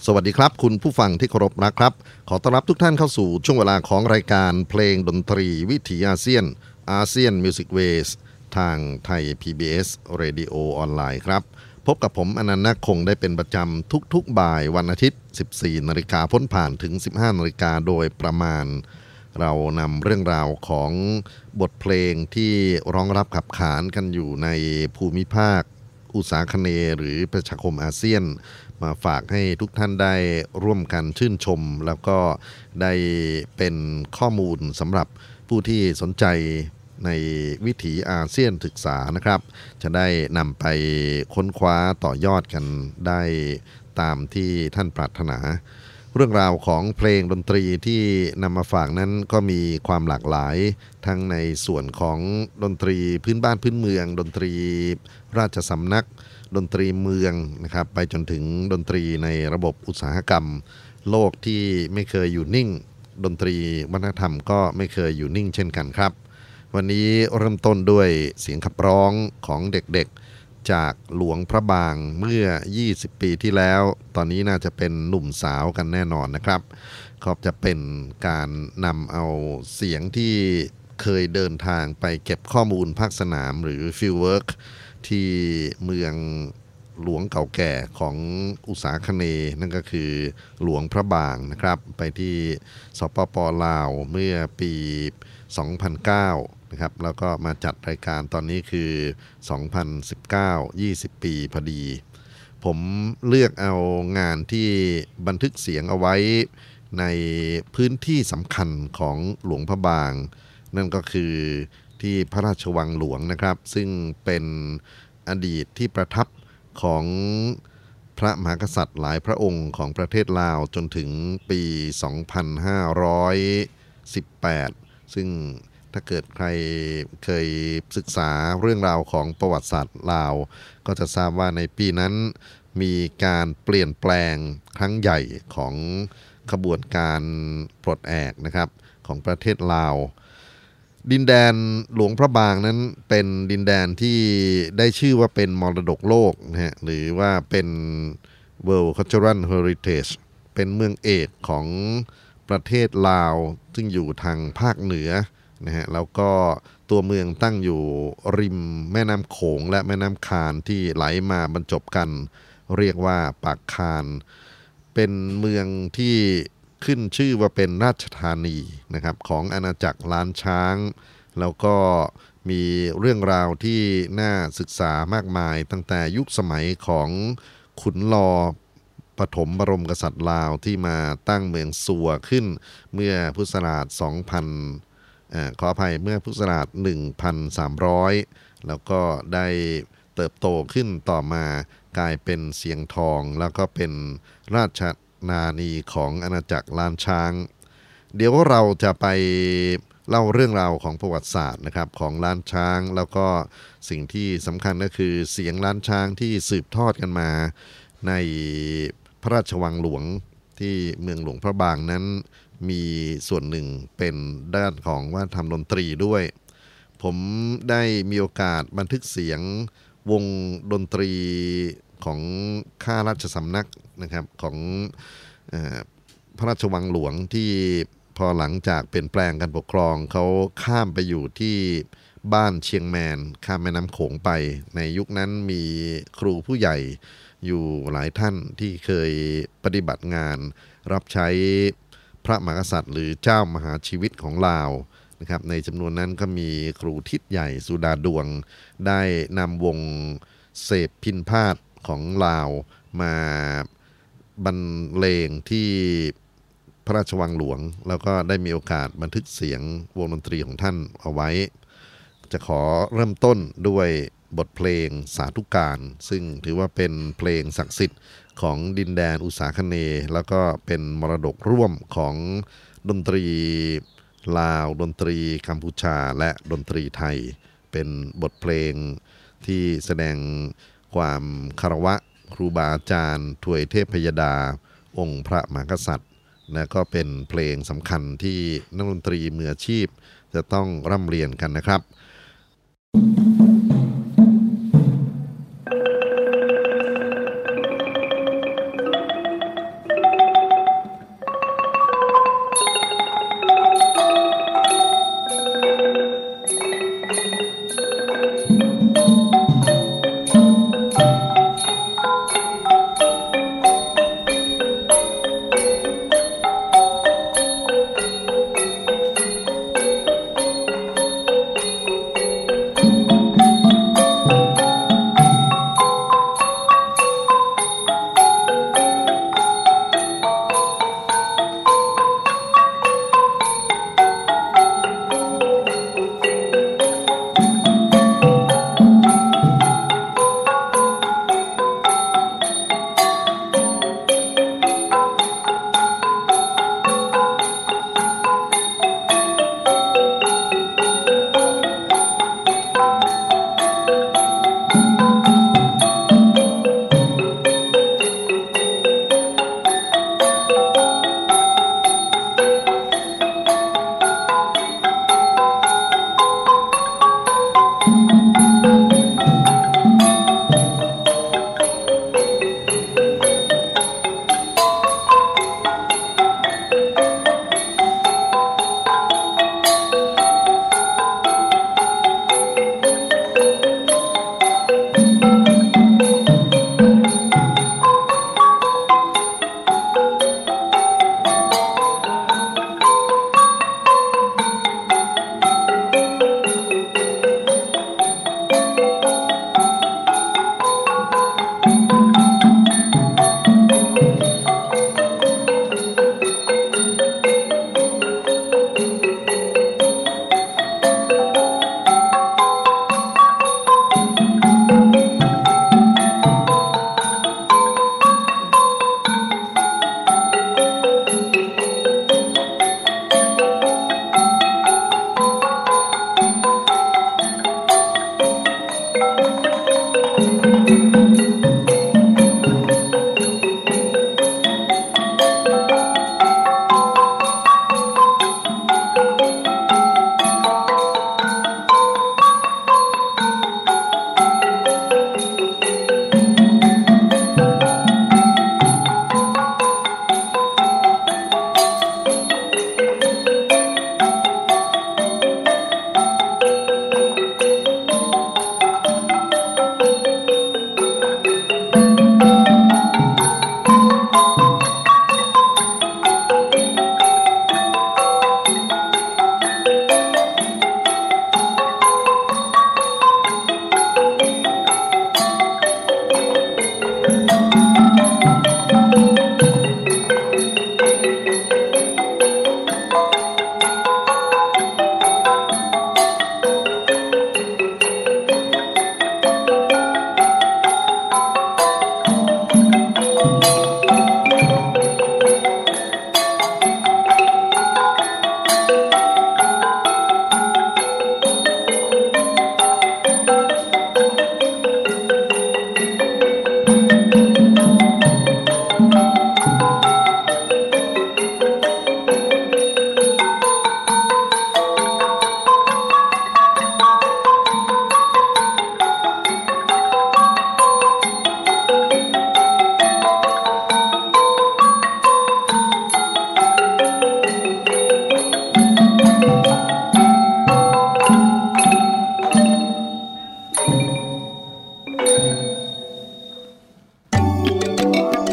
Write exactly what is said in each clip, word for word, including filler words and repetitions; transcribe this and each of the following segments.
สวัสดีครับคุณผู้ฟังที่เคารพนะครับขอต้อนรับทุกท่านเข้าสู่ช่วงเวลาของรายการเพลงดนตรีวิถีอาเซียนอาเซียนมิวสิกเวสทางไทย พี บี เอส Radio ออนไลน์ครับพบกับผมอนันต์ นาคคงได้เป็นประจำทุกๆบ่ายวันอาทิตย์ สิบสี่นาฬิกาพ้นผ่านถึง สิบห้านาฬิกาโดยประมาณเรานำเรื่องราวของบทเพลงที่ร้องรับขับขานกันอยู่ในภูมิภาคอุตสาคเนย์หรือประชาคมอาเซียนมาฝากให้ทุกท่านได้ร่วมกันชื่นชมแล้วก็ได้เป็นข้อมูลสำหรับผู้ที่สนใจในวิถีอาเซียนศึกษานะครับจะได้นำไปค้นคว้าต่อยอดกันได้ตามที่ท่านปรารถนาเรื่องราวของเพลงดนตรีที่นำมาฝากนั้นก็มีความหลากหลายทั้งในส่วนของดนตรีพื้นบ้านพื้นเมืองดนตรีราชสำนักดนตรีเมืองนะครับไปจนถึงดนตรีในระบบอุตสาหกรรมโลกที่ไม่เคยอยู่นิ่งดนตรีวัฒนธรรมก็ไม่เคยอยู่นิ่งเช่นกันครับวันนี้เริ่มต้นด้วยเสียงขับร้องของเด็กๆจากหลวงพระบางเมื่อยี่สิบปีที่แล้วตอนนี้น่าจะเป็นหนุ่มสาวกันแน่นอนนะครับก็จะเป็นการนำเอาเสียงที่เคยเดินทางไปเก็บข้อมูลภาคสนามหรือ Field Work ที่เมืองหลวงเก่าแก่ของอุตสาคเนย์นั่นก็คือหลวงพระบางนะครับไปที่สปป.ลาวเมื่อปีสองพันเก้านะครับแล้วก็มาจัดรายการตอนนี้คือสองพันสิบเก้า ยี่สิบปีพอดีผมเลือกเอางานที่บันทึกเสียงเอาไว้ในพื้นที่สำคัญของหลวงพระบางนั่นก็คือที่พระราชวังหลวงนะครับซึ่งเป็นอดีตที่ประทับของพระมหากษัตริย์หลายพระองค์ของประเทศลาวจนถึงปี สองพันห้าร้อยสิบแปด ซึ่งถ้าเกิดใครเคยศึกษาเรื่องราวของประวัติศาสตร์ลาวก็จะทราบว่าในปีนั้นมีการเปลี่ยนแปลงครั้งใหญ่ของขบวนการปลดแอกนะครับของประเทศลาวดินแดนหลวงพระบางนั้นเป็นดินแดนที่ได้ชื่อว่าเป็นมรดกโลกนะฮะหรือว่าเป็น World Cultural Heritage เป็นเมืองเอกของประเทศลาวซึ่งอยู่ทางภาคเหนือนะฮะแล้วก็ตัวเมืองตั้งอยู่ริมแม่น้ำโขงและแม่น้ำคานที่ไหลมาบรรจบกันเรียกว่าปากคานเป็นเมืองที่ขึ้นชื่อว่าเป็นราชธานีนะครับของอาณาจักรล้านช้างแล้วก็มีเรื่องราวที่น่าศึกษามากมายตั้งแต่ยุคสมัยของขุนลอปฐมบรมกษัตริย์ลาวที่มาตั้งเมืองสัวขึ้นเมื่อพุทธศักราช สองพัน เอ่อขออภัยเมื่อพุทธศักราช หนึ่งพันสามร้อย แล้วก็ได้เติบโตขึ้นต่อมากลายเป็นเสียงทองแล้วก็เป็นราชนานีของอาณาจักรล้านช้างเดี๋ยวเราจะไปเล่าเรื่องราวของประวัติศาสตร์นะครับของล้านช้างแล้วก็สิ่งที่สำคัญก็คือเสียงล้านช้างที่สืบทอดกันมาในพระราชวังหลวงที่เมืองหลวงพระบางนั้นมีส่วนหนึ่งเป็นด้านของวัฒนธรรมดนตรีด้วยผมได้มีโอกาสบันทึกเสียงวงดนตรีของข้าราชสำนักนะครับของเอ่อพระราชวังหลวงที่พอหลังจากเปลี่ยนแปลงการปกครองเขาข้ามไปอยู่ที่บ้านเชียงแมนข้ามแม่น้ำโขงไปในยุคนั้นมีครูผู้ใหญ่อยู่หลายท่านที่เคยปฏิบัติงานรับใช้พระมหากษัตริย์หรือเจ้ามหาชีวิตของลาวนะครับในจำนวนนั้นก็มีครูทิศใหญ่สุดาดวงได้นำวงเสพพิณพาทย์ของลาวมาบรรเลงที่พระราชวังหลวงแล้วก็ได้มีโอกาสบันทึกเสียงวงดนตรีของท่านเอาไว้จะขอเริ่มต้นด้วยบทเพลงสาธุการซึ่งถือว่าเป็นเพลงศักดิ์สิทธิ์ของดินแดนอุตสาคเนย์แล้วก็เป็นมรดกร่วมของดนตรีลาวดนตรีกัมพูชาและดนตรีไทยเป็นบทเพลงที่แสดงความคารวะครูบาอาจารย์ถวยเทพยดาองค์พระมหากษัตริย์และก็เป็นเพลงสำคัญที่นักดนตรีมืออาชีพจะต้องร่ำเรียนกันนะครับเ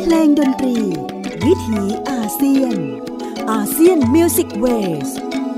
เพลงดนตรีวิถีอาเซียนอาเซียนมิวสิกเวส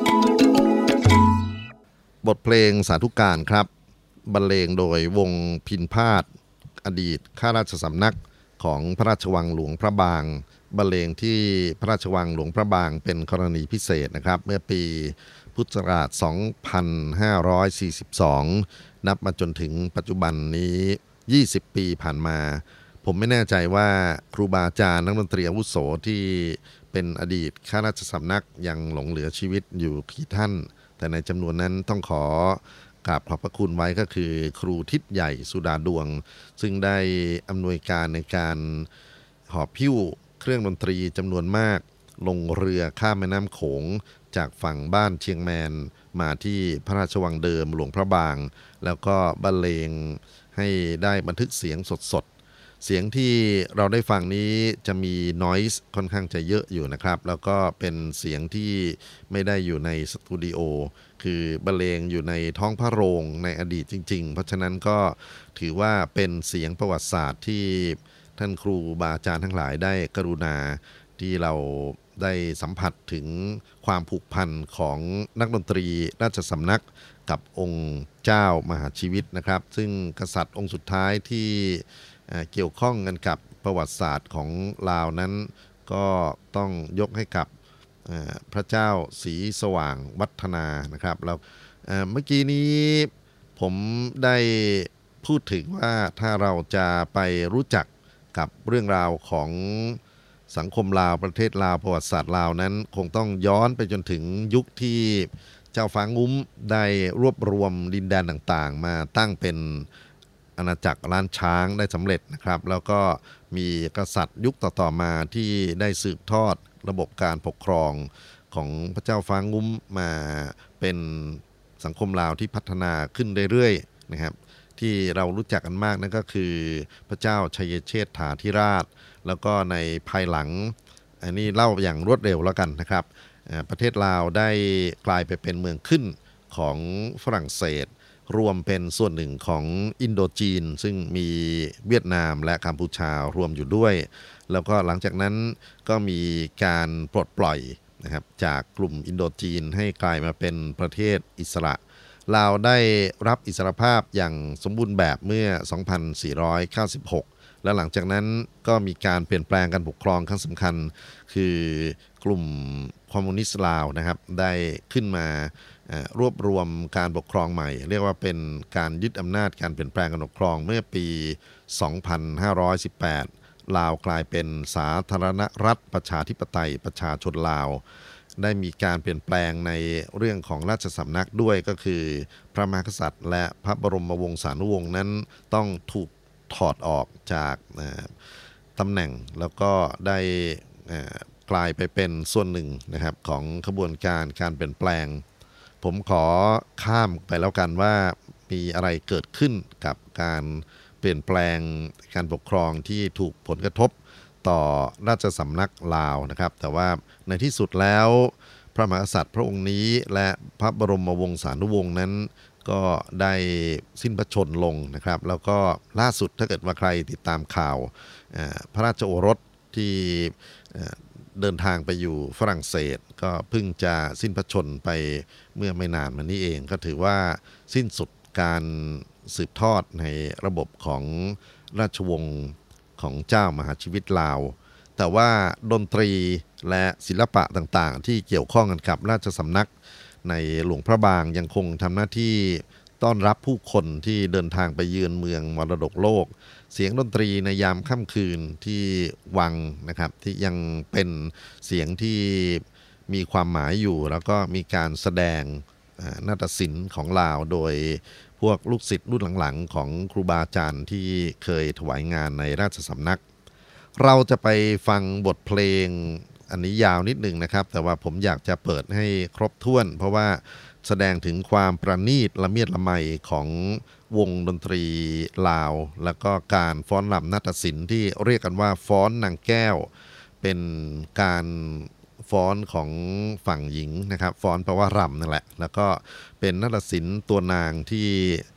บทเพลงสาธุการครับบรรเลงโดยวงพิณพาทย์อดีตข้าราชสำนักของพระราชวังหลวงพระบางบรรเลงที่พระราชวังหลวงพระบางเป็นกรณีพิเศษนะครับเมื่อปีพุทธศักราชสองพันห้าร้อยสี่สิบสองนับมาจนถึงปัจจุบันนี้ยี่สิบปีผ่านมาผมไม่แน่ใจว่าครูบาอาจารย์นักดนตรีอาวุโสที่เป็นอดีตข้าราชสำนักยังหลงเหลือชีวิตอยู่กี่ท่านแต่ในจำนวนนั้นต้องขอกราบขอบพระคุณไว้ก็คือครูทิศใหญ่สุดาดวงซึ่งได้อำนวยการในการหอบพิ้วเครื่องดนตรีจำนวนมากลงเรือข้ามแม่น้ำโขงจากฝั่งบ้านเชียงแมนมาที่พระราชวังเดิมหลวงพระบางแล้วก็บรรเลงให้ได้บันทึกเสียงสดๆเสียงที่เราได้ฟังนี้จะมี noise ค่อนข้างจะเยอะอยู่นะครับแล้วก็เป็นเสียงที่ไม่ได้อยู่ในสตูดิโอคือบรรเลงอยู่ในท้องพระโรงในอดีตจริงๆเพราะฉะนั้นก็ถือว่าเป็นเสียงประวัติศาสตร์ที่ท่านครูบาอาจารย์ทั้งหลายได้กรุณาที่เราได้สัมผัสถึงความผูกพันของนักดนตรีราชสำนักกับองค์เจ้ามหาชีวิตนะครับซึ่งกษัตริย์องค์สุดท้ายที่เกี่ยวข้องกันกับประวัติศาสตร์ของลาวนั้นก็ต้องยกให้กับพระเจ้าศรีสว่างวัฒนานะครับแล้วเมื่อกี้นี้ผมได้พูดถึงว่าถ้าเราจะไปรู้จักกับเรื่องราวของสังคมลาวประเทศลาวประวัติศาสตร์ลาวนั้นคงต้องย้อนไปจนถึงยุคที่เจ้าฟ้างุ้มได้รวบรวมดินแดนต่างๆมาตั้งเป็นอาณาจักรล้านช้างได้สำเร็จนะครับแล้วก็มีกษัตริย์ยุคต่อๆมาที่ได้สืบทอดระบบการปกครองของพระเจ้าฟ้างุ้มมาเป็นสังคมลาวที่พัฒนาขึ้นเรื่อยๆนะครับที่เรารู้จักกันมากนั่นก็คือพระเจ้าชัยเชษฐาธิราชแล้วก็ในภายหลังอันนี้เล่าอย่างรวดเร็วแล้วกันนะครับประเทศลาวได้กลายไปเป็นเมืองขึ้นของฝรั่งเศสรวมเป็นส่วนหนึ่งของอินโดจีนซึ่งมีเวียดนามและกัมพูชารวมอยู่ด้วยแล้วก็หลังจากนั้นก็มีการปลดปล่อยนะครับจากกลุ่มอินโดจีนให้กลายมาเป็นประเทศอิสระลาวได้รับอิสรภาพอย่างสมบูรณ์แบบเมื่อสองพันสี่ร้อยเก้าสิบหกและหลังจากนั้นก็มีการเปลี่ยนแปลงการปกครองครั้งสำคัญคือกลุ่มคอมมิวนิสต์ลาวนะครับได้ขึ้นมารวบรวมการปกครองใหม่เรียกว่าเป็นการยึดอำนาจการเปลี่ยนแปลงการปกครองเมื่อปีสองพันห้าร้อยสิบแปดลาวกลายเป็นสาธารณรัฐประชาธิปไตยประชาชนลาวได้มีการเปลี่ยนแปลงในเรื่องของราชสำนักด้วยก็คือพระมหากษัตริย์และพระบรมวงศานุวงศ์นั้นต้องถูกถอดออกจากตำแหน่งแล้วก็ได้กลายไปเป็นส่วนหนึ่งนะครับของขบวนการการเปลี่ยนแปลงผมขอข้ามไปแล้วกันว่ามีอะไรเกิดขึ้นกับการเปลี่ยนแปลงการปกครองที่ถูกผลกระทบต่อราชสำนักลาวนะครับแต่ว่าในที่สุดแล้วพระมหากษัตริย์พระองค์นี้และพระบรมวงศานุวงศ์นั้นก็ได้สิ้นพระชนม์ลงนะครับแล้วก็ล่าสุดถ้าเกิดว่าใครติดตามข่าวพระราชโอรสที่เดินทางไปอยู่ฝรั่งเศสก็เพิ่งจะสิ้นพระชนม์ไปเมื่อไม่นานมานี้เองก็ถือว่าสิ้นสุดการสืบทอดในระบบของราชวงศ์ของเจ้ามหาชีวิตลาวแต่ว่าดนตรีและศิลปะต่างๆที่เกี่ยวข้องกันกับราชสำนักในหลวงพระบางยังคงทำหน้าที่ต้อนรับผู้คนที่เดินทางไปเยือนเมืองมรดกโลกเสียงดนตรีในยามค่ำคืนที่วังนะครับที่ยังเป็นเสียงที่มีความหมายอยู่แล้วก็มีการแสดงนาฏศิลป์ของลาวโดยพวกลูกศิษย์รุ่นหลังๆของครูบาอาจารย์ที่เคยถวายงานในราชสำนักเราจะไปฟังบทเพลงอันนี้ยาวนิดนึงนะครับแต่ว่าผมอยากจะเปิดให้ครบถ้วนเพราะว่าแสดงถึงความประณีตละเมียดละไมของวงดนตรีลาวแล้วก็การฟ้อนรำนาฏศิลป์ที่เรียกกันว่าฟ้อนนางแก้วเป็นการฟ้อนของฝั่งหญิงนะครับฟ้อนแปลว่ารำนั่นแหละแล้วก็เป็นนาฏศิลป์ตัวนางที่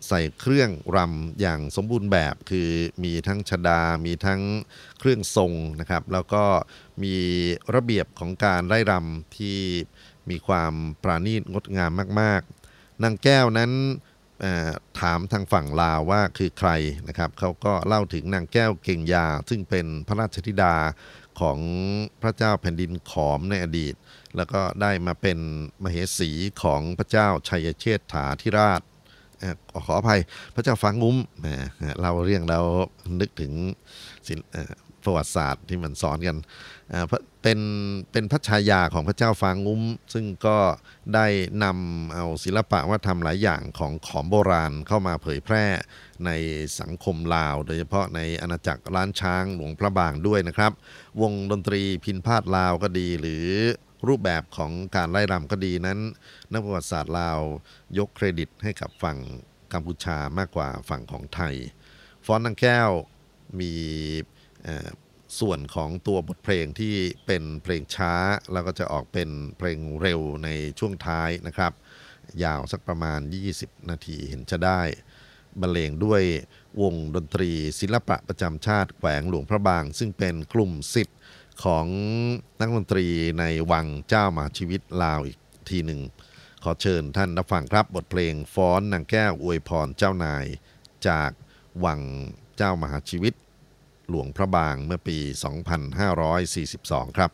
ใส่เครื่องรำอย่างสมบูรณ์แบบคือมีทั้งชฎามีทั้งเครื่องทรงนะครับแล้วก็มีระเบียบของการไร่รำที่มีความปราณีตงดงามมากๆนางแก้วนั้นถามทางฝั่งลาวว่าคือใครนะครับเขาก็เล่าถึงนางแก้วเก่งยาซึ่งเป็นพระราชธิดาของพระเจ้าแผ่นดินขอมในอดีตแล้วก็ได้มาเป็นมเหสีของพระเจ้าชัยเชษฐาธิราชขออภัยพระเจ้าฟ้างุ้มเราเรื่องเรานึกถึงประวัติศาสตร์ที่มันสอนกันเป็นเป็นพระชายาของพระเจ้าฟ้างุ้มซึ่งก็ได้นำเอาศิลปะวัฒนธรรมหลายอย่างของขอมโบราณเข้ามาเผยแพร่ในสังคมลาวโดยเฉพาะในอาณาจักรล้านช้างหลวงพระบางด้วยนะครับวงดนตรีพิณพาทย์ลาวก็ดีหรือรูปแบบของการไล่รำก็ดีนั้นนักประวัติศาสตร์ลาวยกเครดิตให้กับฝั่งกัมพูชามากกว่าฝั่งของไทยฟ้อนนางแก้วมีส่วนของตัวบทเพลงที่เป็นเพลงช้าแล้วก็จะออกเป็นเพลงเร็วในช่วงท้ายนะครับยาวสักประมาณยี่สิบนาทีเห็นจะได้บรรเลงด้วยวงดนตรีศิลปะประจำชาติแขวงหลวงพระบางซึ่งเป็นกลุ่มศิษย์ของนักดนตรีในวังเจ้ามหาชีวิตลาวอีกทีหนึ่งขอเชิญท่านรับฟังครับบทเพลงฟ้อนนางแก้วอวยพรเจ้านายจากวังเจ้ามหาชีวิตหลวงพระบางเมื่อปีสองพันห้าร้อยสี่สิบสองครับ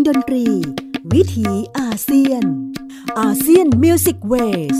ดนตรีวิถีอาเซียนอาเซียนมิวสิกเวส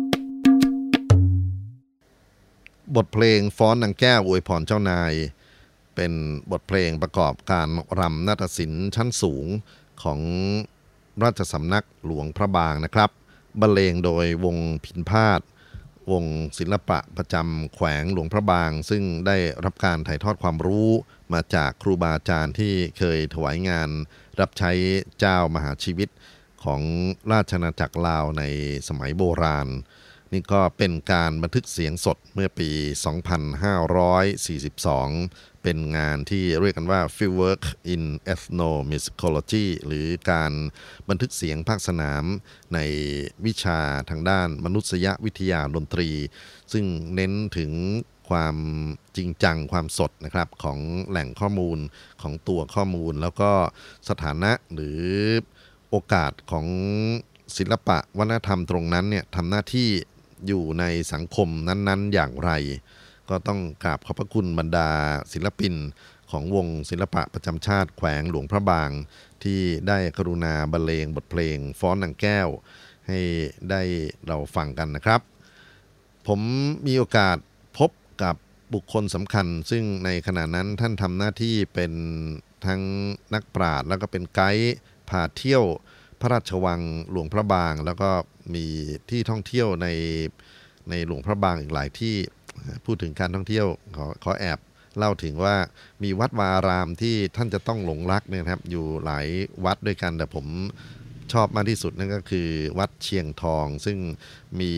บทเพลงฟ้อนนางแก้วอวยพรเจ้านายเป็นบทเพลงประกอบการรำนาฏศิลป์ชั้นสูงของราชสำนักหลวงพระบางนะครับบรรเลงโดยวงพิณพาทย์วงศิลปะประจำแขวงหลวงพระบางซึ่งได้รับการถ่ายทอดความรู้มาจากครูบาอาจารย์ที่เคยถวายงานรับใช้เจ้ามหาชีวิตของราชอาณาจักรลาวในสมัยโบราณนี่ก็เป็นการบันทึกเสียงสดเมื่อปี สองพันห้าร้อยสี่สิบสอง เป็นงานที่เรียกกันว่า Fieldwork in Ethnomusicology หรือการบันทึกเสียงภาคสนามในวิชาทางด้านมนุษยวิทยาดนตรีซึ่งเน้นถึงความจริงจังความสดนะครับของแหล่งข้อมูลของตัวข้อมูลแล้วก็สถานะหรือโอกาสของศิลปะวัฒนธรรมตรงนั้นเนี่ยทำหน้าที่อยู่ในสังคมนั้นๆอย่างไรก็ต้องกราบขอบพระคุณบรรดาศิลปินของวงศิลปะประจำชาติแขวงหลวงพระบางที่ได้กรุณาบรรเลงบทเพลงฟ้อนนางแก้วให้ได้เราฟังกันนะครับผมมีโอกาสพบกับบุคคลสำคัญซึ่งในขณะนั้นท่านทำหน้าที่เป็นทั้งนักปราชญ์แล้วก็เป็นไกด์พาเที่ยวพระราชวังหลวงพระบางแล้วก็มีที่ท่องเที่ยวในในหลวงพระบางอีกหลายที่พูดถึงการท่องเที่ยวขอขอแอบเล่าถึงว่ามีวัดวาอารามที่ท่านจะต้องหลงรักเนี่ยครับอยู่หลายวัดด้วยกันแต่ผมชอบมากที่สุดนั่นก็คือวัดเชียงทองซึ่งมี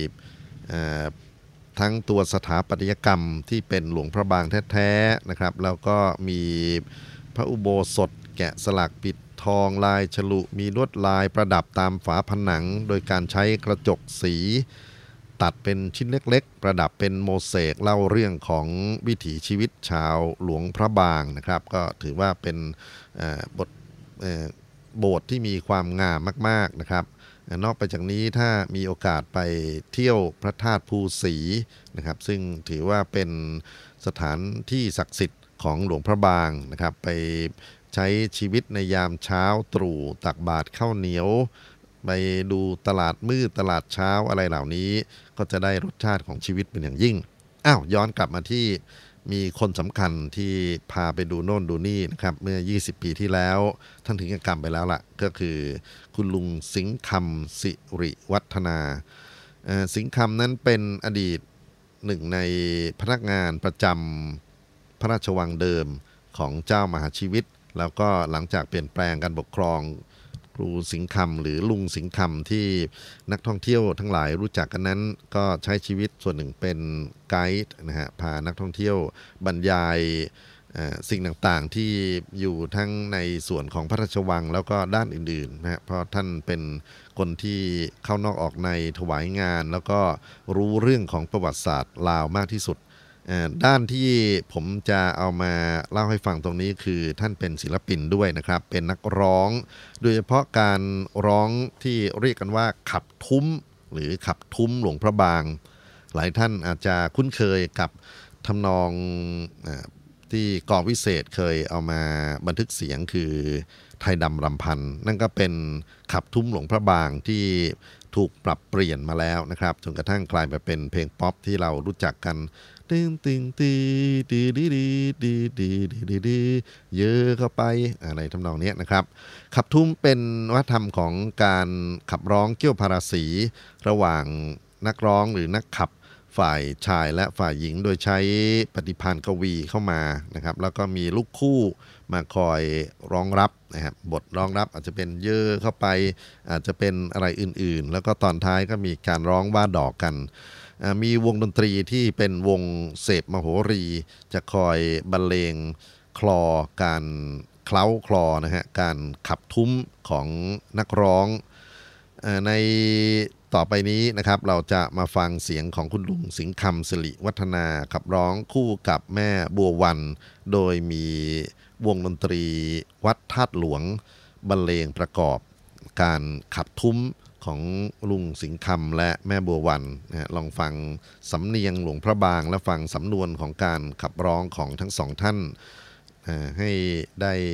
ทั้งตัวสถาปัตยกรรมที่เป็นหลวงพระบางแท้ๆนะครับแล้วก็มีพระอุโบสถแกะสลักปิดทองลายฉลุมีลวดลายประดับตามฝาผนังโดยการใช้กระจกสีตัดเป็นชิ้นเล็กๆประดับเป็นโมเสกเล่าเรื่องของวิถีชีวิตชาวหลวงพระบางนะครับก็ถือว่าเป็นบทโบสถ์ที่มีความงามมากๆนะครับนอกไปจากนี้ถ้ามีโอกาสไปเที่ยวพระธาตุภูศรีนะครับซึ่งถือว่าเป็นสถานที่ศักดิ์สิทธิ์ของหลวงพระบางนะครับไปใช้ชีวิตในยามเช้าตรู่ตักบาตรข้าวเหนียวไปดูตลาดมืดตลาดเช้าอะไรเหล่านี้ก็จะได้รสชาติของชีวิตเป็นอย่างยิ่งอ้าวย้อนกลับมาที่มีคนสำคัญที่พาไปดูโน่นดูนี่นะครับเมื่อยี่สิบปีที่แล้วท่านถึงกับกรรมไปแล้วล่ะก็คือคุณลุงสิงห์คำสิริวัฒนาสิงห์คำนั้นเป็นอดีตหนึ่งในพนักงานประจำพระราชวังเดิมของเจ้ามหาชีวิตแล้วก็หลังจากเปลี่ยนแปลงการปกครองครูสิงห์คำหรือลุงสิงห์คำที่นักท่องเที่ยวทั้งหลายรู้จักกันนั้นก็ใช้ชีวิตส่วนหนึ่งเป็นไกด์นะฮะพานักท่องเที่ยวบรรยายสิ่งต่างๆที่อยู่ทั้งในส่วนของพระราชวังแล้วก็ด้านอื่นๆนะฮะเพราะท่านเป็นคนที่เข้านอกออกในถวายงานแล้วก็รู้เรื่องของประวัติศาสตร์ลาวมากที่สุดด้านที่ผมจะเอามาเล่าให้ฟังตรงนี้คือท่านเป็นศิลปินด้วยนะครับเป็นนักร้องโดยเฉพาะการร้องที่เรียกกันว่าขับทุ้มหรือขับทุ้มหลวงพระบางหลายท่านอาจจะคุ้นเคยกับทำนองที่กองวิเศษเคยเอามาบันทึกเสียงคือไทยดำรำพันนั่นก็เป็นขับทุ้มหลวงพระบางที่ถูกปรับเปลี่ยนมาแล้วนะครับจนกระทั่งกลายมาเป็นเพลงป๊อปที่เรารู้จักกันตึงตึงตีดีดีดีดีดีดีดีเยอะเข้าไปอะไรทำนองนี้นะครับขับทุ้มเป็นวัฒนธรรมของการขับร้องเกี่ยวพาราสีระหว่างนักร้องหรือนักขับฝ่ายชายและฝ่ายหญิงโดยใช้ปฏิภาณกวีเข้ามานะครับแล้วก็มีลูกคู่มาคอยร้องรับนะครับบทร้องรับอาจจะเป็นเยอะเข้าไปอาจจะเป็นอะไรอื่นๆแล้วก็ตอนท้ายก็มีการร้องว่าดอกกันมีวงดนตรีที่เป็นวงเสพมโหรีจะคอยบรรเลงคลอการเคล้าคลอนะฮะการขับทุ้มของนักร้องในต่อไปนี้นะครับเราจะมาฟังเสียงของคุณลุงสิงห์คำสิริวัฒนาขับร้องคู่กับแม่บัววันโดยมีวงดนตรีวัดธาตุหลวงบรรเลงประกอบการขับทุ้มของลุงสิงห์คำและแม่บัววันนะลองฟังสำเนียงหลวงพระบางและฟังสำนวนของการขับร้องของทั้งสองท่านให้ได้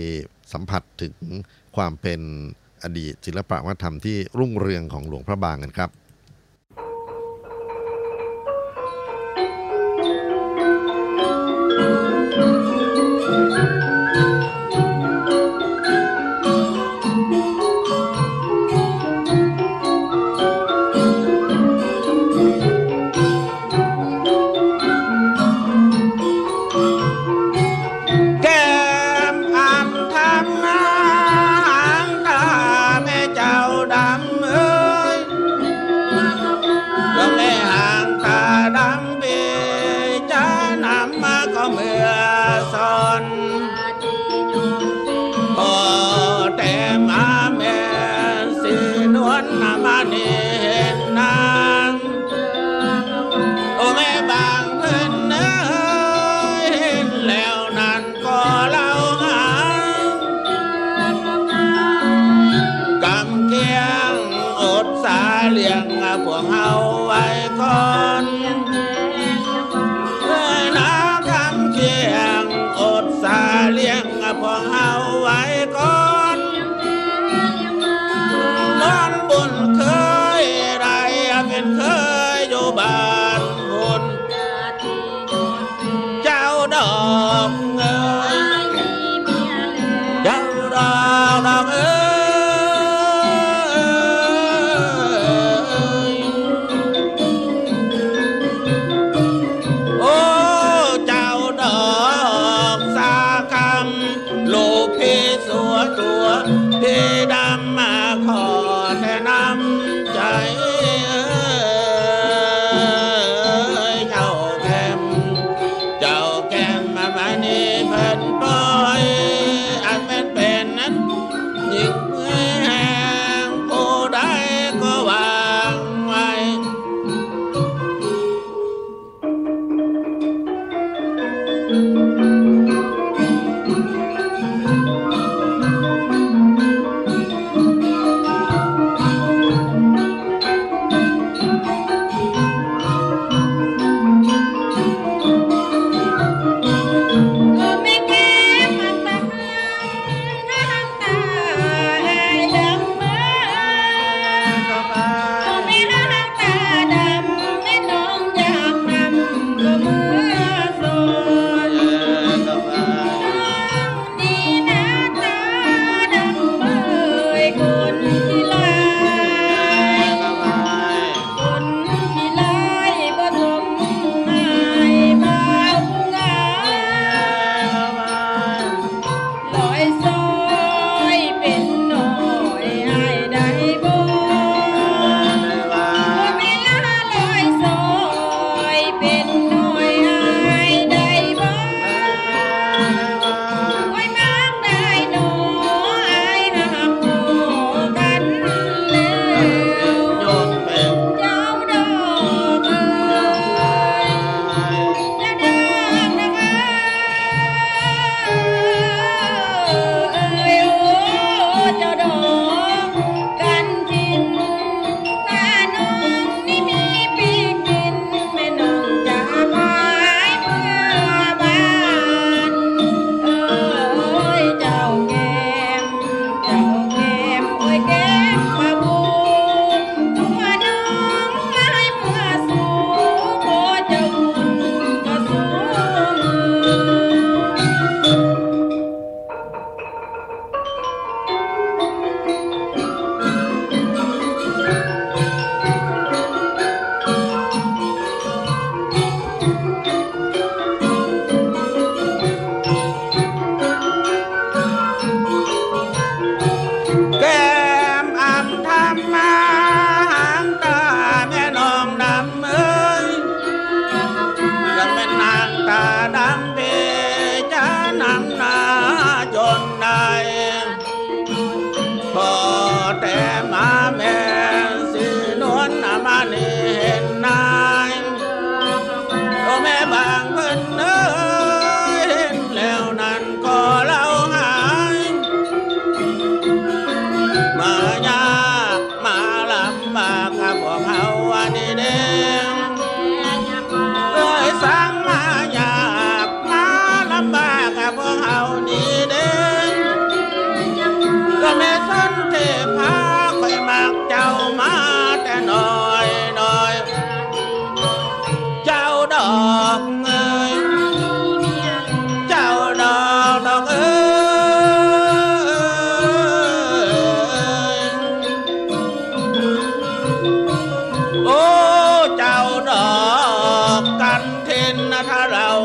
สัมผัสถึงความเป็นอดีตศิลปวัฒนธรรมที่รุ่งเรืองของหลวงพระบางกันครับเลี้ยงพวกเฮาไว้ก่อนเอ้ยนะคำเคียงอดสาเลี้ยงพวกเฮาไว้ก่อนนอนบุญเคยไรเป็นเคยอยู่บ้านบุญเจ้าดอกเอ้ยเจ้าดอกดอกเอ้ยตัวพี่ดำมาขอแนะนำใจเจ้าแก้มเจ้าแก้มมามานี่เพิ่นปล่อยอันเป็นเป็นนั้นยิ่งแห้งผู้ใดก็วางไว้เ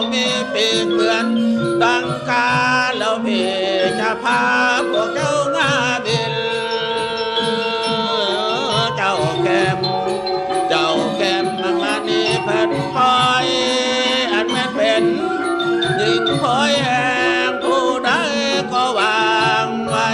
มีปีกเหมือนดังกาแล้วพี่จะพาพวกเจ้างาบินเจ้าแก้มเจ้าแก้มมานี่เพิ่นคอยอันแม่นเป็นยิ่งคอยแห่งผู้ใดก็วางไว้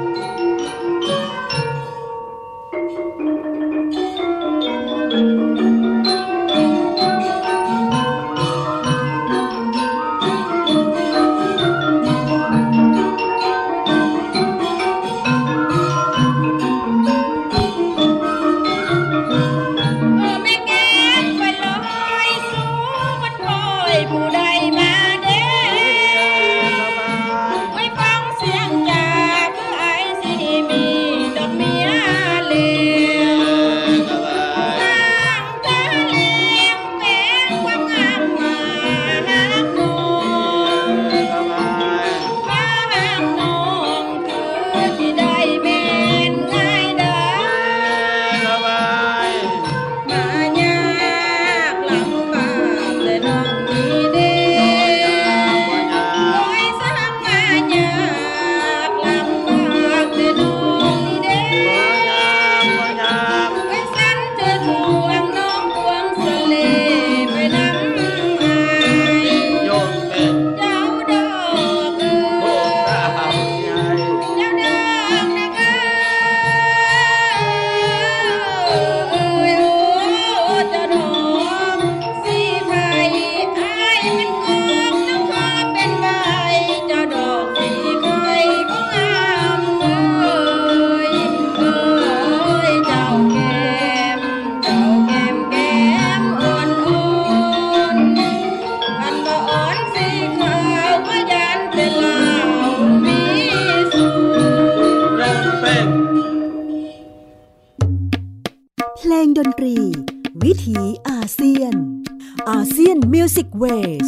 วิถีอาเซียนอาเซียนมิวสิกเวส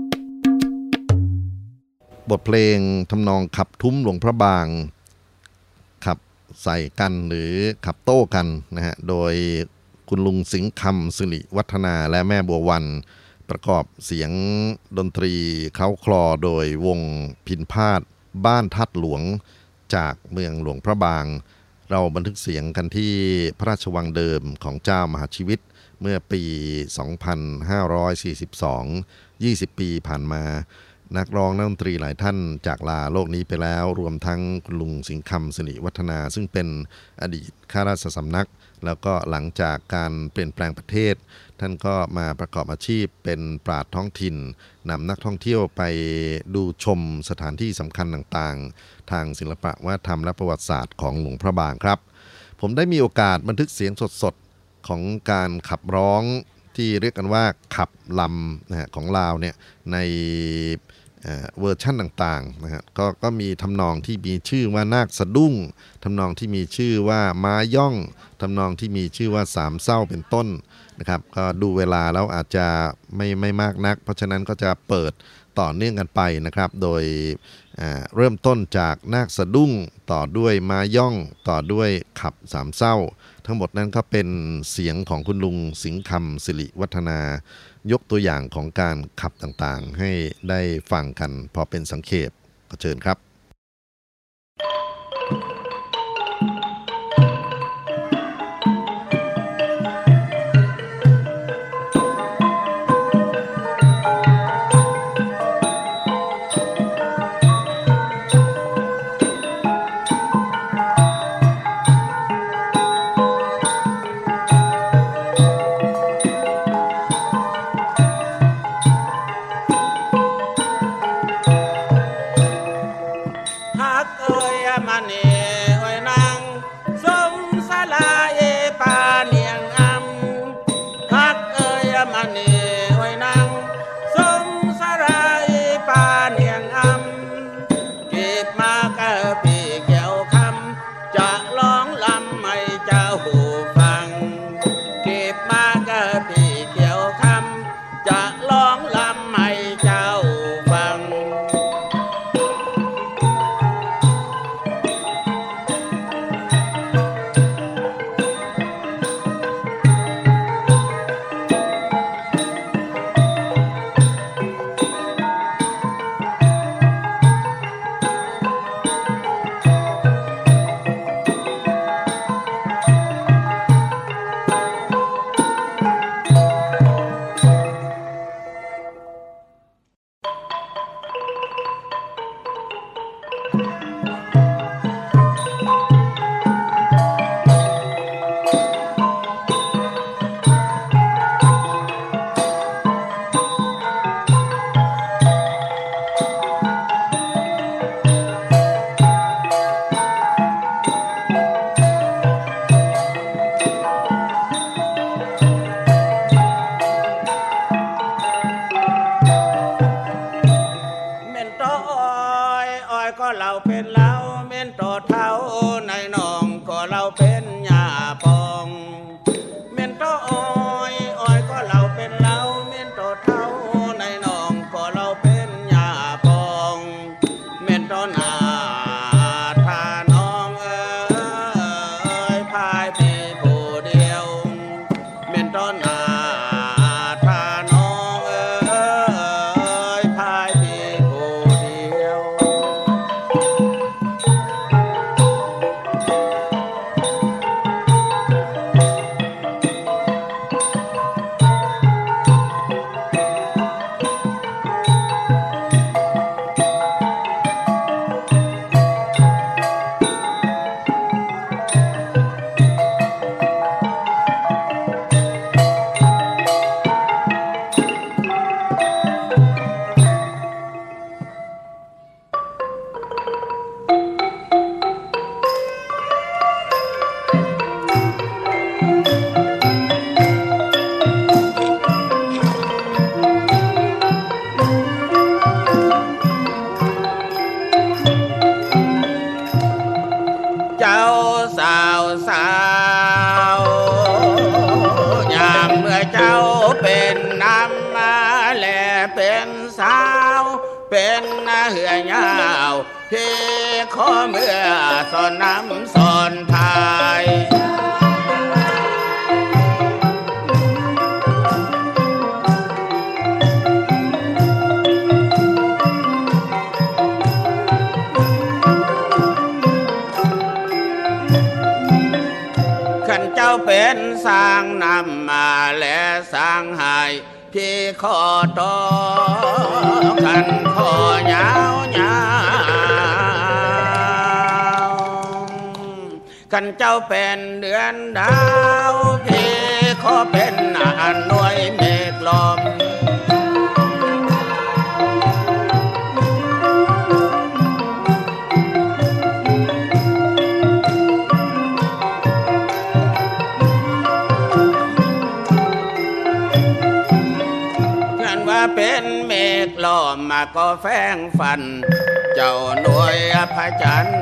บทเพลงทำนองขับทุ้มหลวงพระบางขับใส่กันหรือขับโต้กันนะฮะโดยคุณลุงสิงห์คำสิริวัฒนาและแม่บัววันประกอบเสียงดนตรีเคล้าคลอโดยวงพิณพาทย์บ้านทัดหลวงจากเมืองหลวงพระบางเราบันทึกเสียงกันที่พระราชวังเดิมของเจ้ามหาชีวิตเมื่อปี สองพันห้าร้อยสี่สิบสอง ยี่สิบ ปีผ่านมานักร้องนักดนตรีหลายท่านจากลาโลกนี้ไปแล้วรวมทั้งคุณลุงสิงห์คำสิริวัฒนาซึ่งเป็นอดีตข้าราชสำนักแล้วก็หลังจากการเปลี่ยนแปลงประเทศท่านก็มาประกอบอาชีพเป็นปราชญ์ท้องถิ่นนำนักท่องเที่ยวไปดูชมสถานที่สำคัญต่างๆทางศิลปะวัฒนธรรมและประวัติศาสตร์ของหลวงพระบางครับผมได้มีโอกาสบันทึกเสียงสดๆของการขับร้องที่เรียกกันว่าขับลำนะฮะของลาวเนี่ยในเวอร์ชั่นต่างๆนะฮะ ก็ ก็มีทำนองที่มีชื่อว่านาคสะดุ้งทำนองที่มีชื่อว่าม้าย่องทำนองที่มีชื่อว่าสามเศร้าเป็นต้นนะครับก็ดูเวลาแล้วอาจจะไม่ไม่มากนักเพราะฉะนั้นก็จะเปิดต่อเนื่องกันไปนะครับโดยเริ่มต้นจากนาคสะดุ้งต่อด้วยม้าย่องต่อด้วยขับสามเศร้าทั้งหมดนั้นก็เป็นเสียงของคุณลุงสิงห์คำสิริวัฒนายกตัวอย่างของการขับต่างๆให้ได้ฟังกันพอเป็นสังเขปก็เชิญครับเราเป็นเราเม่นโตเท่าในน้องก็เราเป็นหญ้าปองเม่นโตอ้อยอ้อยก็เราเป็นเราเม่นโตเท่าในน้องก็เราเป็นหญ้าปองเม่นโตหน้าถ้าน้องเอ้ยพายปีผู้เดียวเม่นโตหน้าถ้าน้องเอ้ยพายปีผู้เดียวเจ้าสาวสาวยามเมื่อเจ้าเป็นน้ำมาแลเป็นสาวเป็นเหือยาวที่ขอเมื่อสอนน้ำสอนพายขันเจ้าเป็นสร้างนำมาและสร้างหายพี่ขอต่อขันขอยาวยาวขันเจ้าเป็นเดือนดาวพี่ขอเป็นอันหน่วยเมฆลมเป็นเมฆล้อมมาก็แฝงฟันเจ้าหน่วยพระจันทร์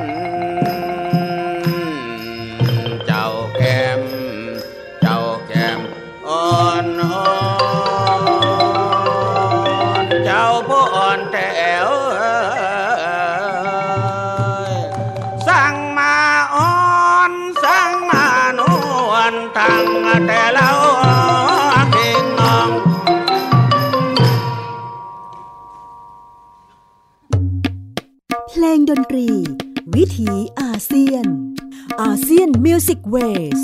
เจ้าแก้มเจ้าแก้มอ่อนอ่อนเจ้าผู้อ่อนแต่แอวสั่งมาอ่อนสั่งมานวลทั้งแต่เราเพียงน้องเพลงดนตรีวิถีอาเซียนอาเซียนมิวสิกเวส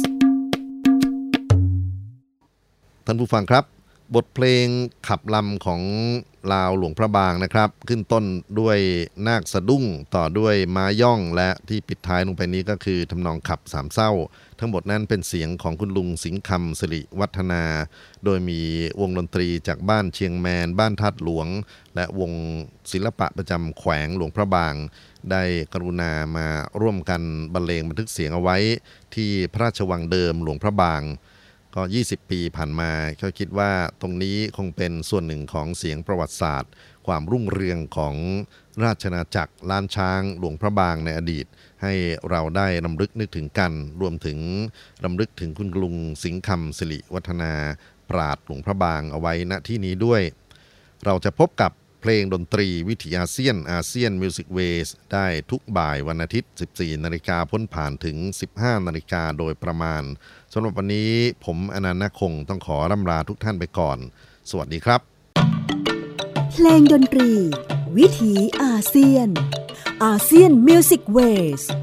ท่านผู้ฟังครับบทเพลงขับลำของลาวหลวงพระบางนะครับขึ้นต้นด้วยนาคสะดุ้งต่อด้วยม้าย่องและที่ปิดท้ายลงไปนี้ก็คือทำนองขับสามเศร้าทั้งหมดนั้นเป็นเสียงของคุณลุงสิงห์คำสิริวัฒนาโดยมีวงดนตรีจากบ้านเชียงแมนบ้านทัดหลวงและวงศิลปะประจำแขวงหลวงพระบางได้กรุณามาร่วมกันบรรเลงบันทึกเสียงเอาไว้ที่พระราชวังเดิมหลวงพระบางก็ยี่สิบปีผ่านมาเขาคิดว่าตรงนี้คงเป็นส่วนหนึ่งของเสียงประวัติศาสตร์ความรุ่งเรืองของราชอาณาจักรล้านช้างหลวงพระบางในอดีตให้เราได้รำลึกนึกถึงกันรวมถึงรำลึกถึงคุณลุงสิงห์คำสิริวัฒนาปราชญ์หลวงพระบางเอาไว้ณที่นี้ด้วยเราจะพบกับเพลงดนตรีวิถีอาเซียนอาเซียนมิวสิกเวสได้ทุกบ่ายวันอาทิตย์ สิบสี่นาฬิกาพ้นผ่านถึง สิบห้านาฬิกาโดยประมาณสำหรับวันนี้ผมอนันต์ ณ คงต้องขอร่ำลาทุกท่านไปก่อนสวัสดีครับเพลงดนตรีวิถีอาเซียนอาเซียนมิวสิกเวส